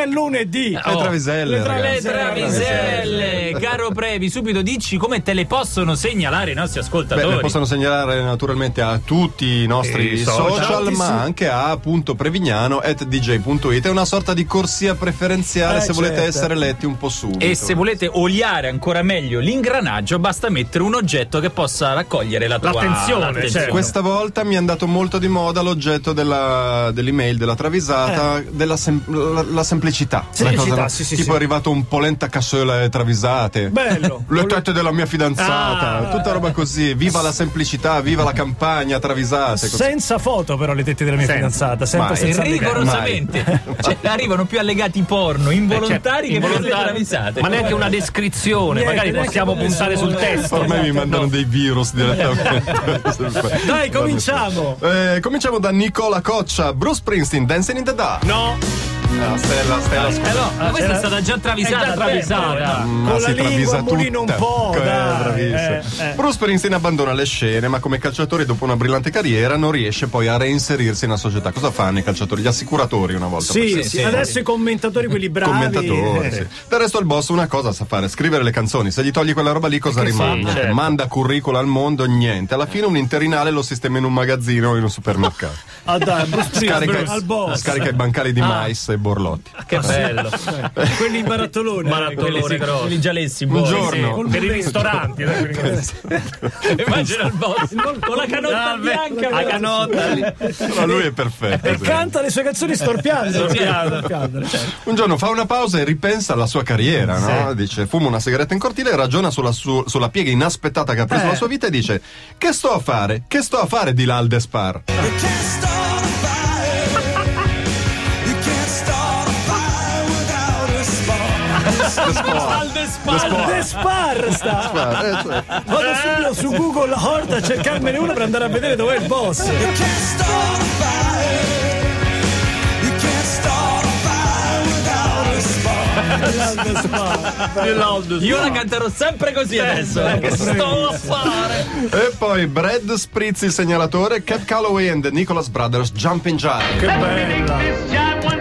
È lunedì. Le traviselle, Le traviselle. Caro Previ, subito dici come te le possono segnalare i nostri ascoltatori. Le possono segnalare naturalmente a tutti i nostri social, ma anche a @prevignano@dj.it. È una sorta di corsia preferenziale se volete essere letti un po' subito. E se volete oliare ancora meglio l'ingranaggio, basta mettere un oggetto che possa raccogliere la tua attenzione. Certo. Questa volta mi è andato molto di moda l'oggetto dell'email, della travisata, la semplicità. Tipo è arrivato un polenta cassola e travisate. Bello. Le tette della mia fidanzata. Tutta roba così. Viva la semplicità, viva la campagna, travisate. Senza foto però le tette della mia fidanzata. Sempre senza rigorosamente. Cioè, arrivano più allegati porno involontari che per le travisate. Ma neanche una descrizione. Magari possiamo puntare sul testo. Ormai mi mandano dei virus direttamente. Dai, cominciamo. Cominciamo da Nicola Coccia. Bruce Springsteen, Dancing in the Dark. No. Stella questa è stata già travisata. Con la lingua a mulino un po'. Bruce Springsteen abbandona le scene, ma come calciatore dopo una brillante carriera non riesce poi a reinserirsi nella società. Cosa fanno i calciatori? Gli assicuratori una volta. Sì. Adesso i commentatori, quelli bravi. Sì. Del resto il boss una cosa sa fare: scrivere le canzoni. Se gli togli quella roba lì cosa rimane? Certo. Manda curricula al mondo, niente. Alla fine un interinale lo sistema in un magazzino o in un supermercato. Dai, al boss. Scarica i bancali di mais e borlotti. Che bello. Quelli barattoloni. Quelli giallessi. Un giorno per i ristoranti. Immagina il boss con la canotta bianca. La canotta lì. Ma lui è perfetto. E canta le sue canzoni storpiando. Un giorno fa una pausa e ripensa alla sua carriera, no? Dice: fuma una sigaretta in cortile e ragiona sulla piega inaspettata che ha preso la sua vita e dice: che sto a fare? Che sto a fare di l'Aldespar? Aldespar sta. Vado subito su Google Horta a cercarmene uno per andare a vedere dov'è il boss. Io la canterò sempre così adesso. Che sto a fare? E poi Brad Spritz, il segnalatore, Cab Calloway and the Nicholas Brothers, Jumpin' Jive. Che bella.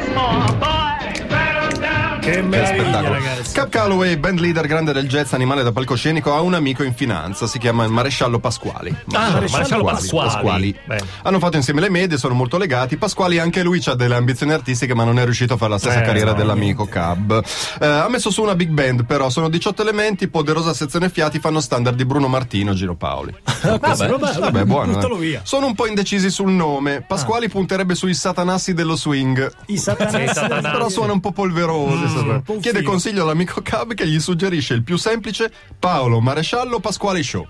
Che meraviglia, ragazzi. Cab Calloway, band leader grande del jazz animale da palcoscenico, ha un amico in finanza, si chiama il Maresciallo Pasquali. Maresciallo Pasquali. Hanno fatto insieme le medie, sono molto legati. Pasquali anche lui ha delle ambizioni artistiche, ma non è riuscito a fare la stessa carriera dell'amico Cab. Ha messo su una big band, però sono 18 elementi, poderosa sezione fiati, fanno standard di Bruno Martino, Gino Paoli. Vabbè, buono. Via. Sono un po' indecisi sul nome. Pasquali punterebbe sui satanassi dello swing. I satanassi. Però suona un po' polveroso. Chiede consiglio all'amico Cab che gli suggerisce il più semplice: Paolo Maresciallo Pasquali Show.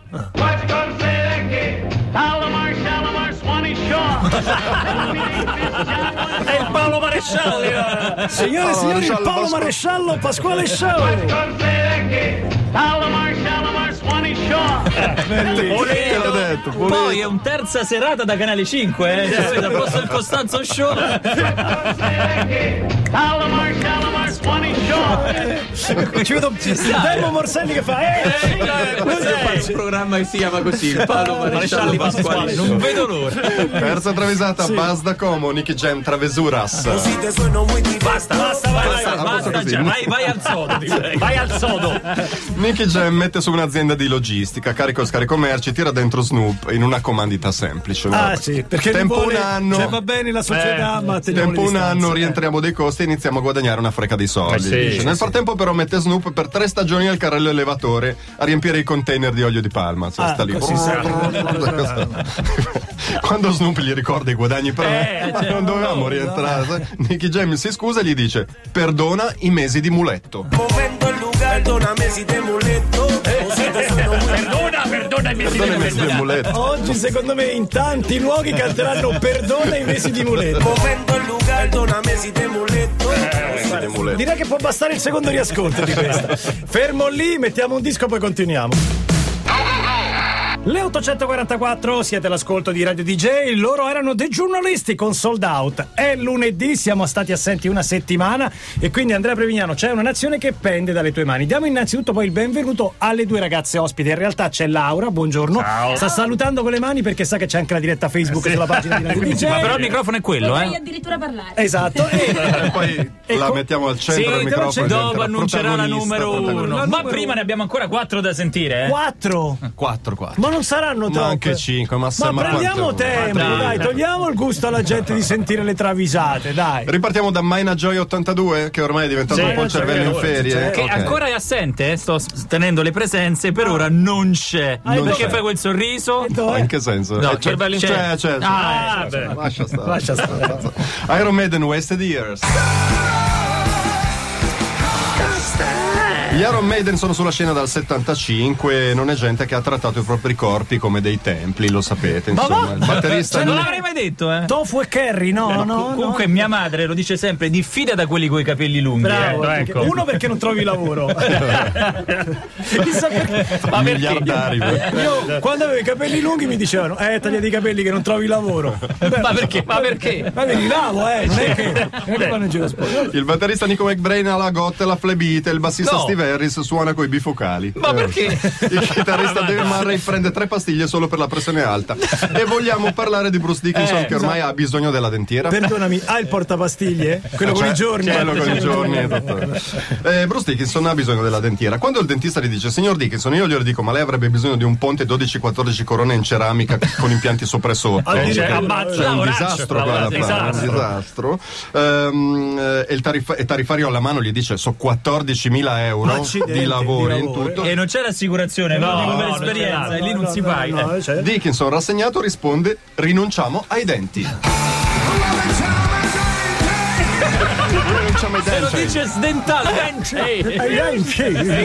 È il Paolo Maresciallo. Signore e signori, il Paolo Maresciallo Pasquale Show. L'ho detto, Poi è un terza serata da Canale 5, cioè, dal posto del Costanzo Show. Ci vedo Telmo Morselli che fa Il programma che si chiama così, il Paolo Maresciallo Pasquali. Non vedo l'ora. Terza travisata, Bas da Como, Nicky Jam, Travesuras. Basta, Vai al sodo. vai al sodo. Nicky Jam mette su un'azienda di logistica, carico e scarico merci, tira dentro Snoop in una comandita semplice. Sì, perché tempo un anno, cioè va bene la società, ma tempo un anno rientriamo dei costi e iniziamo a guadagnare una freca dei soldi. Nel frattempo però mette Snoop per 3 stagioni al carrello elevatore a riempire i container di olio di palma. Sta lì. Quando Snoop gli ricorda i guadagni non dovevamo rientrare. Nicky Jam si scusa e gli dice: perdona i mesi di muletto. Perdona mesi di muletto. Perdona i mesi di muletto. Oggi secondo me in tanti luoghi canteranno Perdona i mesi di muletto. Perdona mesi di muletto. Direi che può bastare il secondo riascolto di questa. Fermo lì, mettiamo un disco poi continuiamo. Le 844, siete all'ascolto di Radio DJ, loro erano dei giornalisti con Sold Out. È lunedì, siamo stati assenti una settimana e quindi Andrea Prevignano, c'è una nazione che pende dalle tue mani. Diamo innanzitutto poi il benvenuto alle due ragazze ospiti. In realtà c'è Laura, buongiorno. Ciao. Sta salutando con le mani perché sa che c'è anche la diretta Facebook sulla pagina di Radio DJ. Ma però il microfono è quello, Potrei addirittura parlare. Esatto. E poi la mettiamo al centro del microfono. Dopo annuncerà la numero 1. Ma prima ne abbiamo ancora 4 da sentire, 4. 4. Ma non saranno troppo. Anche 5, ma prendiamo quanto... tempo, dai, togliamo il gusto alla gente di sentire le travisate, dai. Ripartiamo da Maina Joy 82, che ormai è diventato un po' il cervello in ferie. Che ancora è assente, sto tenendo le presenze, per ora non c'è. Perché fai quel sorriso? In che senso? No, cervello in ferie. C'è. Lascia stare. Iron Maiden, Wasted Years. Gli Iron Maiden sono sulla scena dal 75, non è gente che ha trattato i propri corpi come dei templi, lo sapete, insomma. Il batterista non l'avrei mai detto, Tofu e Kerry, no. Comunque mia madre lo dice sempre, diffida da quelli coi capelli lunghi. Bravo, ecco. Uno perché non trovi lavoro. Chissà perché. Ma miliardari. Io quando avevo i capelli lunghi mi dicevano tagliati i capelli che non trovi lavoro. Ma perché? Ma mi lavo, non è che vanno in giro sporco. Il batterista Nico McBrain ha la gotta e la flebite, il bassista Steve Harris suona coi bifocali. Ma perché? Il chitarrista Dave Murray prende 3 pastiglie solo per la pressione alta. E vogliamo parlare di Bruce Dickinson che ormai ha bisogno della dentiera. Perdonami, ha il portapastiglie? Quello con i giorni. Quello con i giorni. Bruce Dickinson ha bisogno della dentiera. Quando il dentista gli dice: signor Dickinson, io glielo dico, ma lei avrebbe bisogno di un ponte 12-14 corone in ceramica con impianti sopra e sotto. È un disastro un disastro. E il tariffario alla mano gli dice: so 14.000 euro di lavori in tutto. E non c'è l'assicurazione, dico per esperienza, e lì non si paga. Dickinson, rassegnato, risponde: rinunciamo ai denti. Rinunciamo ai Se lo denti. dice sdentato. Ai denti.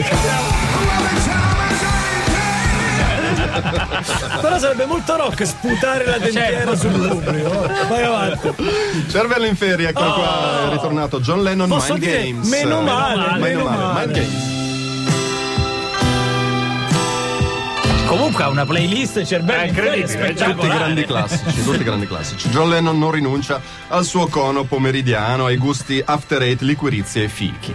Però sarebbe molto rock sputare la dentiera sul pubblico. Vai avanti. Cervello in ferie, ecco qua, è ritornato John Lennon. Posso Mind dire, Games. meno male. Mind Games. Comunque ha una playlist cervello Tutti grandi classici. John Lennon non rinuncia al suo cono pomeridiano, ai gusti after eight, liquirizie e fichi.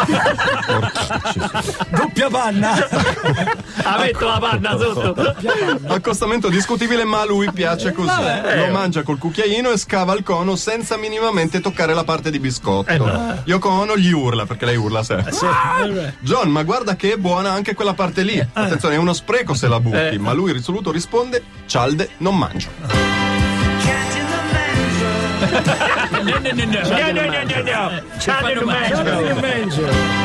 Doppia panna. ha messo la panna sotto. Accostamento discutibile, ma a lui piace così. Lo mangia col cucchiaino e scava il cono senza minimamente toccare la parte di biscotto. Yoko Ono gli urla, perché lei urla sempre. John, ma guarda che è buona anche quella parte lì. Attenzione, è uno spreco se la butti, ma lui risoluto risponde: cialde non mangio. No. Cialde non mangio.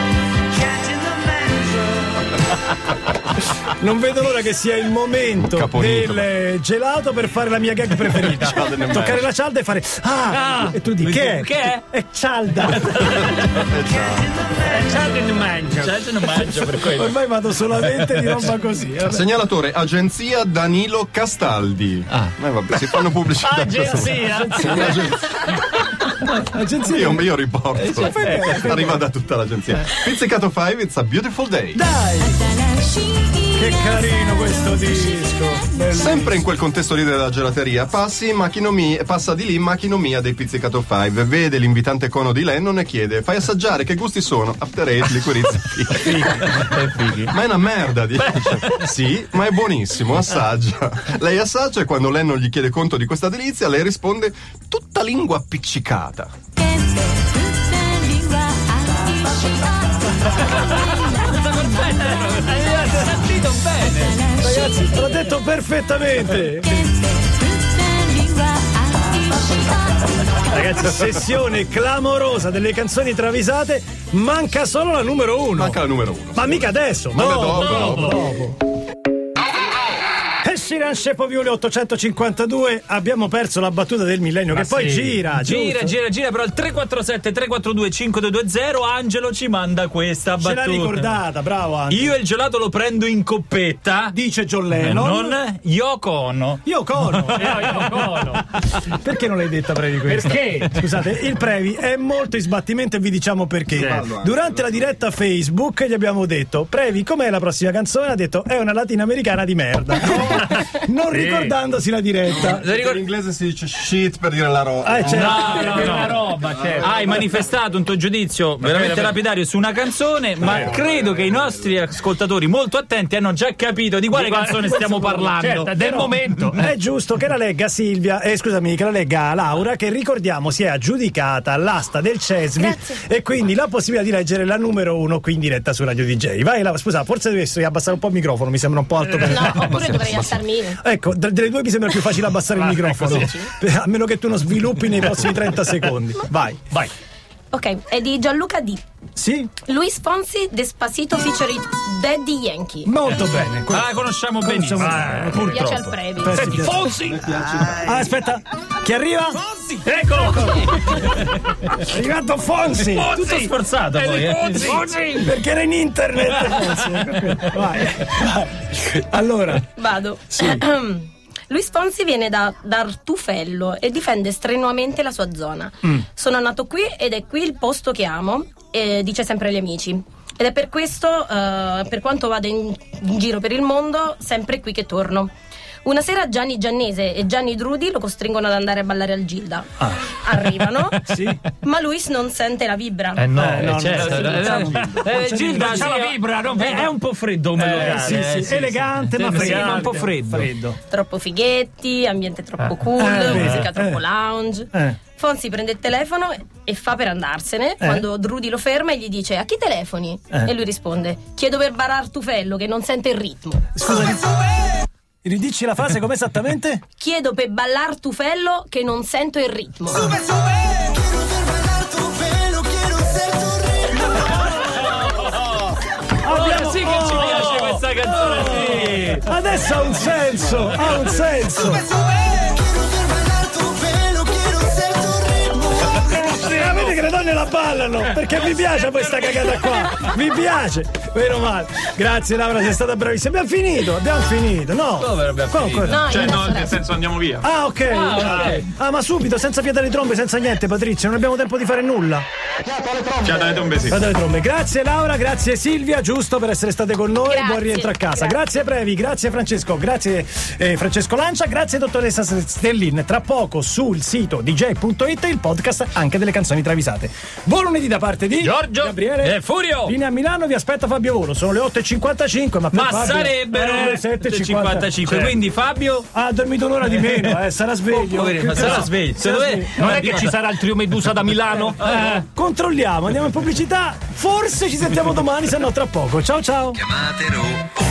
Non vedo l'ora che sia il momento Caponito. del gelato per fare la mia gag preferita. Toccare la cialda e fare e tu dici che è? È cialda. Cialde non mangio per quello. Ormai vado solamente di roba così. Segnalatore, agenzia Danilo Castaldi. Vabbè, si fanno pubblicità. Agenzia. Io riporto. Arriva da tutta l'agenzia. Pizzicato 5, It's a Beautiful Day. Dai! Che carino questo disco. Bellissimo. Sempre in quel contesto lì della gelateria, passa di lì Machinomia dei Pizzicato 5, vede l'invitante cono di Lennon e chiede: fai assaggiare, che gusti sono? After eight, liquirizzia, fighi. Ma è una merda, dice. Sì, ma è buonissimo, assaggia. Lei assaggia e quando Lennon gli chiede conto di questa delizia, lei risponde: tutta lingua appiccicata. Sentito bene. Ragazzi, l'ho detto perfettamente. Ragazzi, sessione clamorosa delle canzoni travisate. Manca solo la numero 1. Manca la numero 1. Ma mica adesso. Ma dopo. Sheeran Franche Poviole 852. Abbiamo perso la battuta del millennio, che poi gira, però il 347 342 5220 Angelo ci manda questa battuta. Ce l'ha ricordata, bravo Angelo. Io il gelato lo prendo in coppetta, dice John Lennon. non Yoko Ono. Yoko Ono. Perché non l'hai detta Previ questa? Perché? Scusate, il Previ è molto in sbattimento e vi diciamo perché. Durante la diretta Facebook gli abbiamo detto: Previ, com'è la prossima canzone? Ha detto: è una latinoamericana di merda. Non ricordandosi la diretta. In inglese si dice shit per dire la roba. La roba, certo. Hai manifestato un tuo giudizio veramente lapidario su una canzone, ma credo che i nostri ascoltatori molto attenti hanno già capito di quale canzone stiamo parlando. Certo, del momento. È giusto che la legga Silvia, scusami, che la legga Laura, che ricordiamo si è aggiudicata l'asta del CESMI e quindi la possibilità di leggere la numero 1 qui in diretta su Radio DJ. Vai Laura, scusa, forse dovresti abbassare un po' il microfono, mi sembra un po' alto per No, oppure dovrei alzarmi io. Ecco, delle due mi sembra più facile abbassare il microfono, a meno che tu non sviluppi nei prossimi 30 secondi. Vai. Ok, è di Gianluca D. Sì? Luis Fonsi, Despacito featuring Daddy Yankee. Molto bene. La conosciamo benissimo. Mi piace al Previ. Senti, Fonsi! Aspetta, chi arriva? Fonsi! Eccolo! È arrivato Fonsi! Tutto sforzato poi, Fonsi! Perché era in internet Fonsi. Vai. Allora. Vado. Sì. Luis Fonsi viene da Artufello e difende strenuamente la sua zona. Sono nato qui ed è qui il posto che amo, dice sempre agli amici. Ed è per questo, per quanto vada in giro per il mondo, sempre qui che torno. Una sera Gianni Giannese e Gianni Drudi lo costringono ad andare a ballare al Gilda. Arrivano, ma Luis non sente la vibra. Gilda c'ha la vibra, è un po' freddo come locale. Sì, elegante, ma freddo. Un po' freddo. Troppo fighetti, ambiente troppo cool, musica troppo lounge. Fonsi prende il telefono e fa per andarsene quando Drudi lo ferma e gli dice: a chi telefoni? E lui risponde: chiedo per Bar Artufello che non sente il ritmo. Scusa, ridici la frase come esattamente? Chiedo per ballar Tufello che non sento il ritmo. Ora sì che ci piace questa canzone, sì. Adesso ha un senso. Vedi che le donne la ballano perché mi piace questa cagata qua, mi piace, meno male. Grazie Laura, sei stata bravissima. Abbiamo finito, no? Dove abbiamo finito? No, nel senso andiamo via. Ah, ok. Ma subito, senza fiata di trombe, senza niente, Patrizia, non abbiamo tempo di fare nulla. Fiata le trombe, sì. Fiata alle trombe. Grazie Laura, grazie Silvia, giusto per essere state con noi. Grazie. Buon rientro a casa. Grazie Previ, grazie Francesco, grazie Francesco Lancia, grazie dottoressa Stellin. Tra poco sul sito dj.it il podcast anche delle canzoni travisate. Buon lunedì da parte di Giorgio Gabriele e Furio. Linea a Milano, vi aspetta Fabio Volo. Sono le 8.55, ma sarebbero le 7.55. Quindi Fabio ha dormito un'ora di meno, sarà sveglio. Sarà sveglio. Non è che ci sarà il trio Medusa da Milano? Controlliamo, andiamo in pubblicità. Forse ci sentiamo domani, se no tra poco. Ciao. Chiamatelo